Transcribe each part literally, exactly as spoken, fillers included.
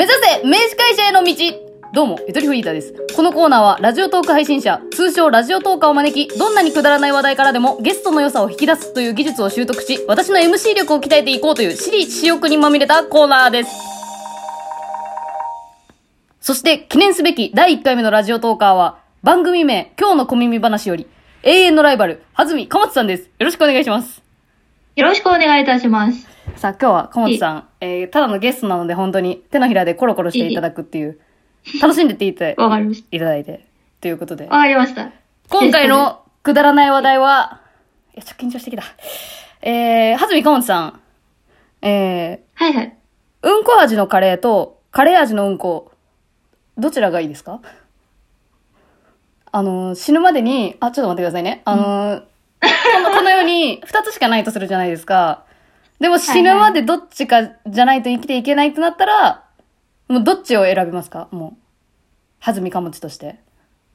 目指せ名司会者への道。どうも、ゆとりフリーターです。このコーナーはラジオトーク配信者、通称ラジオトーカーを招き、どんなにくだらない話題からでもゲストの良さを引き出すという技術を習得し、私の エムシー 力を鍛えていこうという私利私欲にまみれたコーナーです。そして記念すべきだいいっかいめのラジオトーカーは、番組名今日の小耳話より永遠のライバルはずみかもつさんです。よろしくお願いします。 よろしくお願いいたします。 さあ今日はかもつさん、えー、ただのゲストなので本当に手のひらでコロコロしていただくっていう、楽しんでっていたわかりました。 いただいてということで、 わかりました。 今回のくだらない話題は、いやちょっと緊張してきた。えー、はずみかもつさん、えー、 はいはい。 うんこ味のカレーとカレー味のうんこ、どちらがいいですか？あの、死ぬまでに、あ、ちょっと待ってくださいね。あの、うん、この、この世に二つしかないとするじゃないですか。でも死ぬまでどっちかじゃないと生きていけないとなったら、はいはい、もうどっちを選びますか？もう。はずみかもちとして。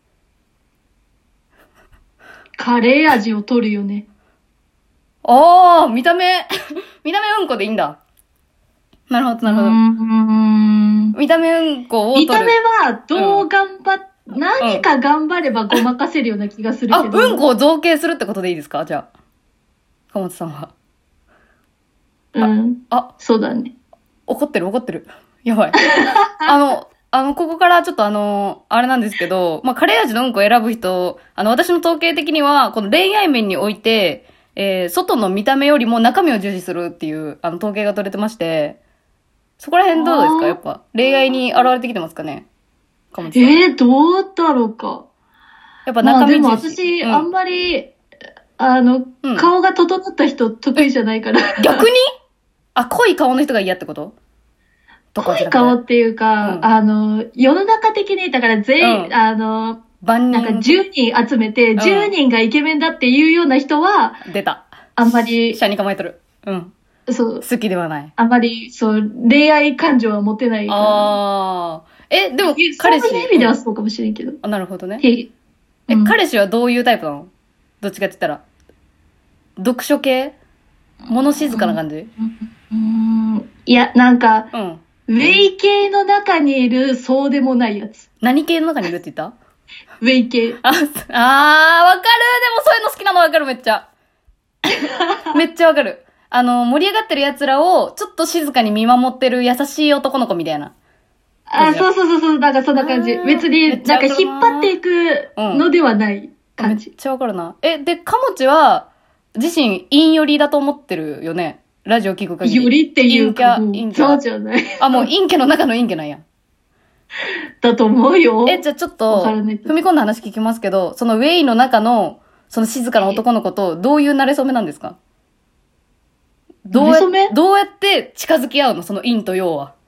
カレー味を取るよね。 ああ、見た目、見た目うんこでいいんだ。なるほど、なるほど。うーん、見た目うんこを取る。 見た目はどう頑張っ、うん、何か頑張ればごまかせるような気がするけど。 あ、うんこを造形するってことでいいですか？じゃあ。かもつさんは。 うん。あ、そうだね。 怒ってる怒ってる。やばい。あの、あの、ここからちょっとあの、あれなんですけど、まあ、カレー味のうんこを選ぶ人、あの、私の統計的には、この恋愛面において、えー、外の見た目よりも中身を重視するっていう、あの、統計が取れてまして、そこら辺どうですか？やっぱ、恋愛に現れてきてますかね？かもちさん。 えー、どうだろうか。 やっぱ中身重視。 まあ、でも私、うん、あんまり、あの、うん、顔が整った人得意じゃないから。 逆に？あ、濃い顔の人が嫌ってこと？ 濃い顔っていうか、うん、あの、世の中的に、だから全員、うん、あの、万人。なんかじゅうにん集めて、じゅうにんがイケメンだっていうような人は、 うん、出た。 あんまり、 下に構えとる。うん。 そう。 好きではない。 あんまり、そう、恋愛感情は持てないから。ああ。え、でも、彼氏。 そういう意味ではそうかもしれんけど。 あ、なるほどね。 え、 うん、彼氏はどういうタイプなの？どっちかって言ったら。読書系？物静かな感じ？うんうんうん、いや、なんか、うん、ウェイ系の中にいるそうでもないやつ。 何系の中にいるって言った？ ウェイ系。 あ、あー、わかる。でもそういうの好きなのわかる、めっちゃ。めっちゃわかる。あの、盛り上がってる奴らを、ちょっと静かに見守ってる優しい男の子みたいな。 あ、そうそうそうそう、なんかそんな感じ。別に、なんか引っ張っていくのではない感じ。 うん、めっちゃわかるな。え、で、かもちは、自身、陰寄りだと思ってるよね。ラジオ聞く限り。 よりっていうか、陰キャ。そうじゃない。 あ、もう陰キャの中の陰キャなんや。 だと思うよ。 え、じゃあちょっと、踏み込んだ話聞きますけど、そのウェイの中の、その静かな男の子と、どういう馴れ初めなんですか？どうや、どうやって近づき合うの？その陰と陽は。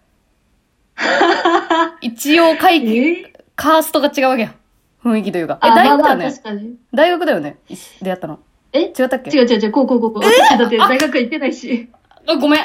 一応階級、カーストが違うわけや。雰囲気というか。え、大学だよね。 まあまあ確かに。 大学だよね。出会ったの。 え？ 違ったっけ？ 違う違う違う、こうこうこうこう。私だって大学行ってないし。 あ、ごめん。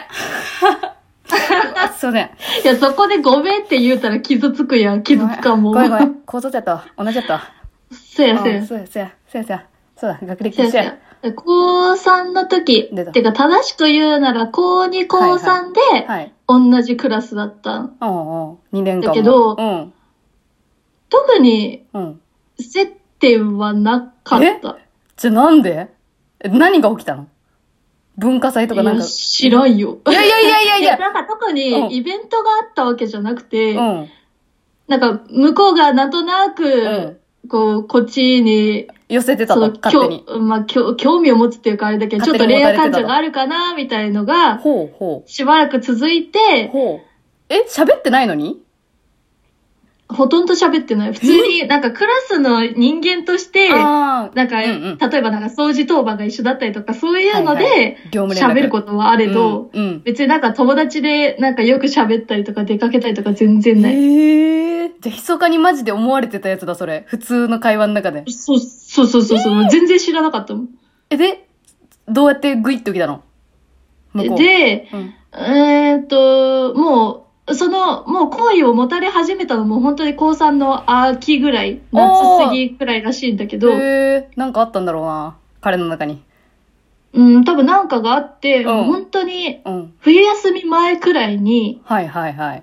すいません。 いや、そこでごめんって言うたら傷つくやん。傷つかも。 ごめんごめん。高卒やったわ。同じやったわ。 そうやそうや。 そうやそうや。そうやそうや。そうだ、学歴一緒や。 高さんの時、てか正しく言うなら高に、高さんで、同じクラスだったん。 うんうん。にねんかんも。 だけど、うん、特に、接点はなかった。 え？じゃあなんで？何が起きたの？文化祭とかなんか。 知らんよ。 いやいやいやいやいや。 なんか特にイベントがあったわけじゃなくて、うん、なんか向こうがなんとなく、うん、こう、こっちに、 寄せてたの、勝手に。 まあ、興味を持つっていうかあれだけど、ちょっと恋愛感情があるかな、みたいのが、ほうほう。しばらく続いて、 ほう。え、喋ってないのに？ ほとんど喋ってない。普通に、なんかクラスの人間として、なんか、うんうん、例えばなんか掃除当番が一緒だったりとか、そういうので、喋ることはあれど、うんうん、別になんか友達でなんかよく喋ったりとか出かけたりとか全然ない。 へー。じゃあ、密かにマジで思われてたやつだ、それ。普通の会話の中で。 そう、そうそうそうそう、全然知らなかったもん。 え、で、どうやってグイッと来たの？ 向こうで、うん、えーっと、もう、その、もう好意を持たれ始めたのも本当に高さんの秋ぐらい、夏過ぎくらいらしいんだけど。 へー、なんかあったんだろうな、彼の中に。 うん、多分なんかがあって、うん、本当に、冬休み前くらいに、 はいはいはい。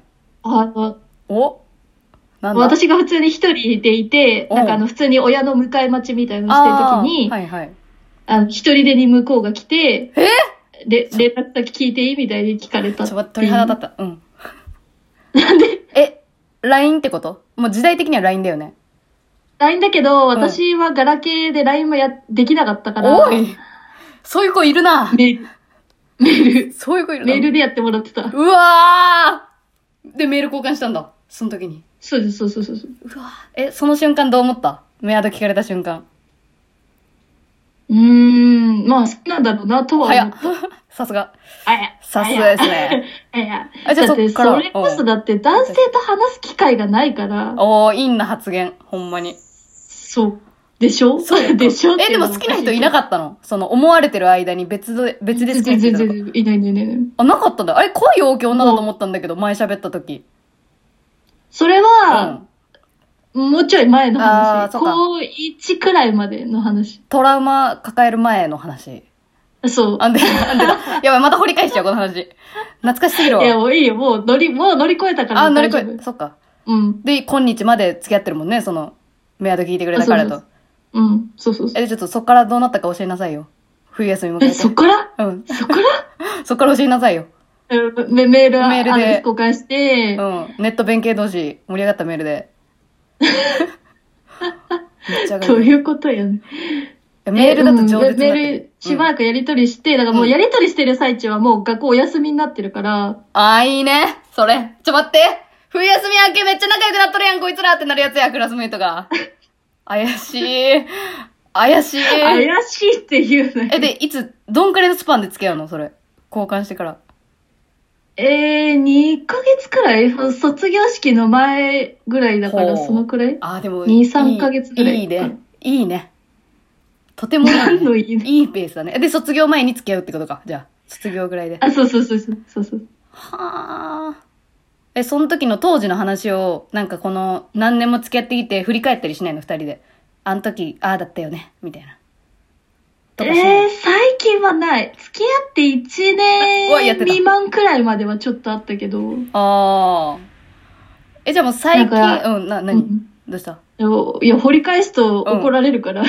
あの、 おなんだ私が普通に一人でいて、なんかあの、普通に親の迎え待ちみたいなのをしてるときに、 はいはい。 あの、一人でに向こうが来て、 えで、連絡先聞いていいみたいに聞かれた。 ちょっと鳥肌立った。うん。 なんでえ、ライン ってこと？もう時代的には ライン だよね。 ライン だけど、私はガラケーで ライン もや、できなかったから。 おいそういう子いるな。 メール。メール。 そういう子いるな。 メールでやってもらってた。 うわーで、メール交換したんだ。その時に。 そうです、そうそうそうそう。 うわえ、その瞬間どう思った？メアド聞かれた瞬間。 うーん、まあ、好きなんだろうな、とは思った。 早っ。さすが。 あや。 さすがですね。 あや。 あ、じゃあそっから。 だって、それこそだって男性と話す機会がないから。 おー、いいんな発言。ほんまに。 そう。でしょそうでしょえ、でも好きな人いなかったの？その、思われてる間に別で、別で好きな人いなかった。 全然いないいないいない。 あ、なかったんだ。あれ、恋大きい女だと思ったんだけど、前喋った時。 それは、うん、もうちょい前の話。 そうか。 高いちくらいまでの話。 トラウマ抱える前の話。 そう。 あんで、あんで、やばい、また掘り返しちゃう、この話。懐かしすぎるわ。 いや、もういいよ。もう乗り、もう乗り越えたから。 あ、乗り越え、そっか。 うん。 で、今日まで付き合ってるもんね、その、メアド聞いてくれたからと。 うん、そうそうそう。 え、ちょっとそっからどうなったか教えなさいよ。冬休み迎えて。 え、そっからうん。 そっからそっから教えなさいよ。 メメール、 メールで交換して、 うん。ネット弁慶同士盛り上がったメールで。めっちゃどういうことやね。 メールだと上手になってる、 メールしばらくやりとりして、うん、だからもうやりとりしてる最中はもう学校お休みになってるから。 あー、いいね。それ。ちょ待って。冬休み明けめっちゃ仲良くなっとるやん、こいつらってなるやつや、クラスメイトが。怪しい。怪しい。 怪しいって言うのよ。 え、で、いつ、どんくらいのスパンで付き合うのそれ。交換してから。 えー、にかげつくらい卒業式の前ぐらいだから、そのくらいあ、でも、 に、さんかげつくらい。 いいね。いいね。とてもいい、ね。 何のいいね。 いいペースだね。で、卒業前に付き合うってことか。じゃあ、卒業ぐらいで。 あ、そうそうそうそう。そうそう。 はあ。え、その時の当時の話を、なんかこの、何年も付き合っていて、振り返ったりしないの二人で。あの時、ああだったよね。みたいな。 えー、最近はない。付き合っていちねん未満くらいまではちょっとあったけど。 ああ。え、じゃあもう最近、うん、な、なに、うん、どうしたいや、掘り返すと怒られるから、うん、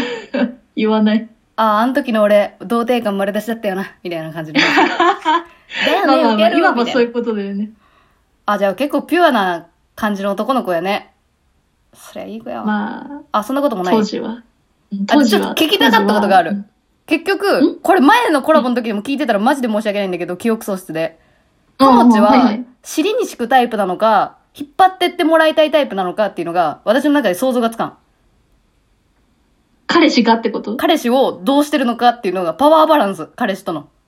言わない。 ああ、あの時の俺、童貞感丸出しだったよな、みたいな感じで。だよね、 まあまあまあ、今もそういうことだよね。 あ、じゃあ結構ピュアな感じの男の子やね。そりゃいい子やわ。 まあ、あ、そんなこともない。 当時は。当時は。 あ、ちょっと聞きたかったことがある。結局、これ前のコラボの時でも聞いてたらマジで申し訳ないんだけど、記憶喪失で。かもちは、尻に敷くタイプなのか、引っ張ってってもらいたいタイプなのかっていうのが、私の中で想像がつかん。 彼氏がってこと？ 彼氏をどうしてるのかっていうのが、パワーバランス、彼氏との。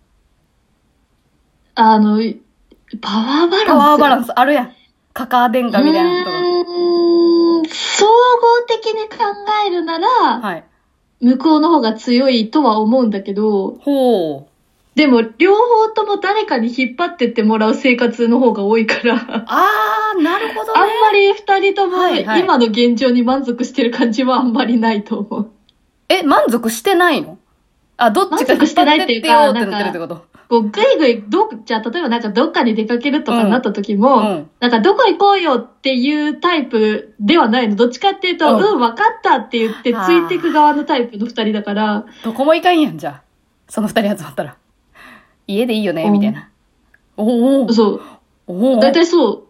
あの、パワーバランスパワーバランスあるやん。カカア殿下みたいなとか。 うーん、総合的に考えるなら、はい。向こうの方が強いとは思うんだけど、 ほう。 でも、両方とも誰かに引っ張ってってもらう生活の方が多いから。 あー、なるほどね。 あんまり二人とも今の現状に満足してる感じはあんまりないと思う。 え、満足してないの？あ、どっちか引っ張ってってよってなってるってこと？ こう、ぐいぐい、ど、じゃあ、例えばなんかどっかに出かけるとかになった時も、うんうん、なんかどこ行こうよっていうタイプではないの。どっちかっていうと、うん、うん、分かったって言ってついていく側のタイプの二人だから。 どこも行かんやん、じゃあ。その二人集まったら。家でいいよね、みたいな。おお。 そう。おお。だいたいそう。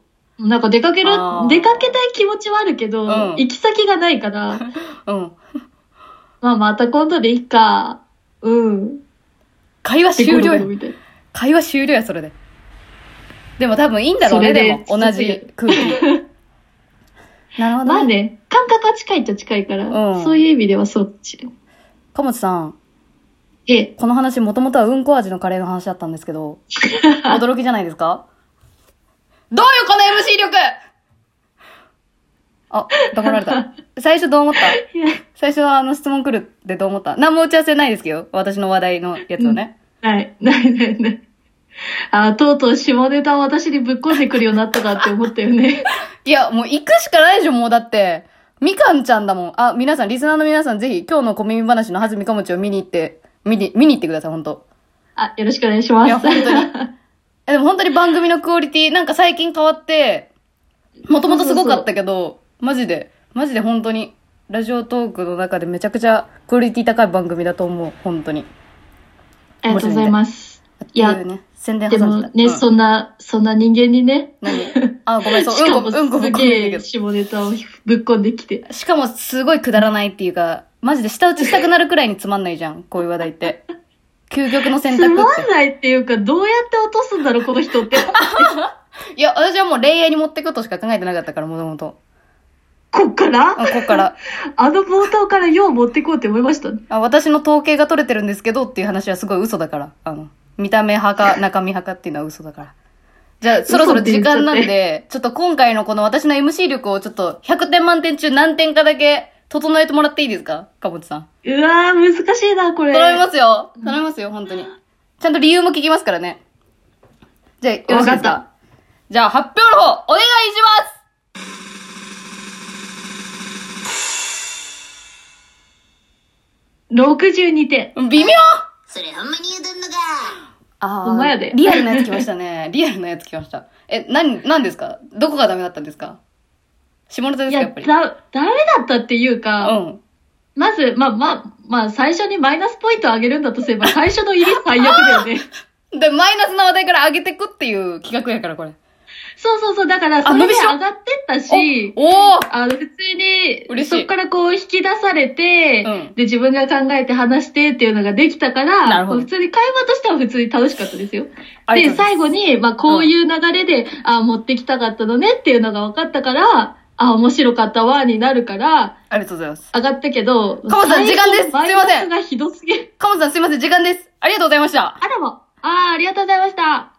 なんか出かける、出かけたい気持ちはあるけど、うん、行き先がないから。うん。まあ、また今度でいいか。うん。 会話終了や。会話終了や、それで。でも多分いいんだろうね、でも。同じ空気。なるほど、ね。 まあね、感覚は近いっちゃ近いから、うん、そういう意味ではそっち。 かもちさん。 ええ。 この話、もともとはうんこ味のカレーの話だったんですけど、驚きじゃないですか？どうよ、この エムシー 力！あ、黙られた。最初どう思った？最初はあの質問来るってどう思った？何も打ち合わせないですけど、私の話題のやつをね。 うん、ない、ない、ない、ない。あ、とうとう下ネタを私にぶっ込んでくるようになったかって思ったよね。 いや、もう行くしかないでしょ、もうだって。みかんちゃんだもん。あ、皆さん、リスナーの皆さん、ぜひ今日の小耳話のはずみかもちを見に行って、見に、見に行ってください、ほんと。 あ、よろしくお願いします。 いや、本当に。でも本当に番組のクオリティ、なんか最近変わって、 もともとすごかったけど、マジで、マジで本当に、ラジオトークの中でめちゃくちゃクオリティ高い番組だと思う、本当に。 ありがとうございます。 いや、ね、宣伝挟んでもね、うん、そんな、そんな人間にね。 何あ、ごめん、そう、うんこ、うんこぶっ込んでるけど。 下ネタをぶっ込んできて。 しかもすごいくだらないっていうか、マジで舌打ちしたくなるくらいにつまんないじゃん、こういう話題って。究極の選択って。 つまんないっていうか、どうやって落とすんだろう、この人って。 いや、私はもう恋愛に持ってくとしか考えてなかったから、もともと。 こっからあ、こっから。 あの冒頭からよう持ってこうって思いましたね。 あ、私の統計が取れてるんですけどっていう話はすごい嘘だから。あの、見た目派か中身派かっていうのは嘘だから。じゃあ、そろそろ時間なんで、ちょっと今回のこの私の エムシー 力をちょっとひゃくてん満点中何点かだけ整えてもらっていいですか？かぼちさん。 うわー、難しいな、これ。 頼みますよ。頼みますよ、本当に。ちゃんと理由も聞きますからね。じゃあ、よろしいですか？じゃあ、発表の方、お願いしますろくじゅうにてん。 微妙それほんまに言うとんのか。 あほんまやで。 リアルなやつ来ましたね。リアルなやつ来ました。え、なに、なんですか？どこがダメだったんですか？下ネタですか、やっぱり。 いや、だ、ダメだったっていうか、うん。まず、まあまあ、まあ最初にマイナスポイントを上げるんだとすれば、最初の入り最悪だよね。 で、マイナスな話題から上げてくっていう企画やから、これ。 そうそうそう、だから、それで上がってったし、 おおあの、普通に、そっからこう引き出されて、うん、で、自分が考えて話してっていうのができたから、普通に会話としては普通に楽しかったですよ。で、最後に、まあこういう流れで、うん、あ持ってきたかったのねっていうのが分かったから、あ、面白かったわになるから、 ありがとうございます。 上がったけど、 カモさん時間です。すいません。マイナスがひどすぎる。 カモさんすいません、時間です。ありがとうございました。 あらも。ああ、ありがとうございました。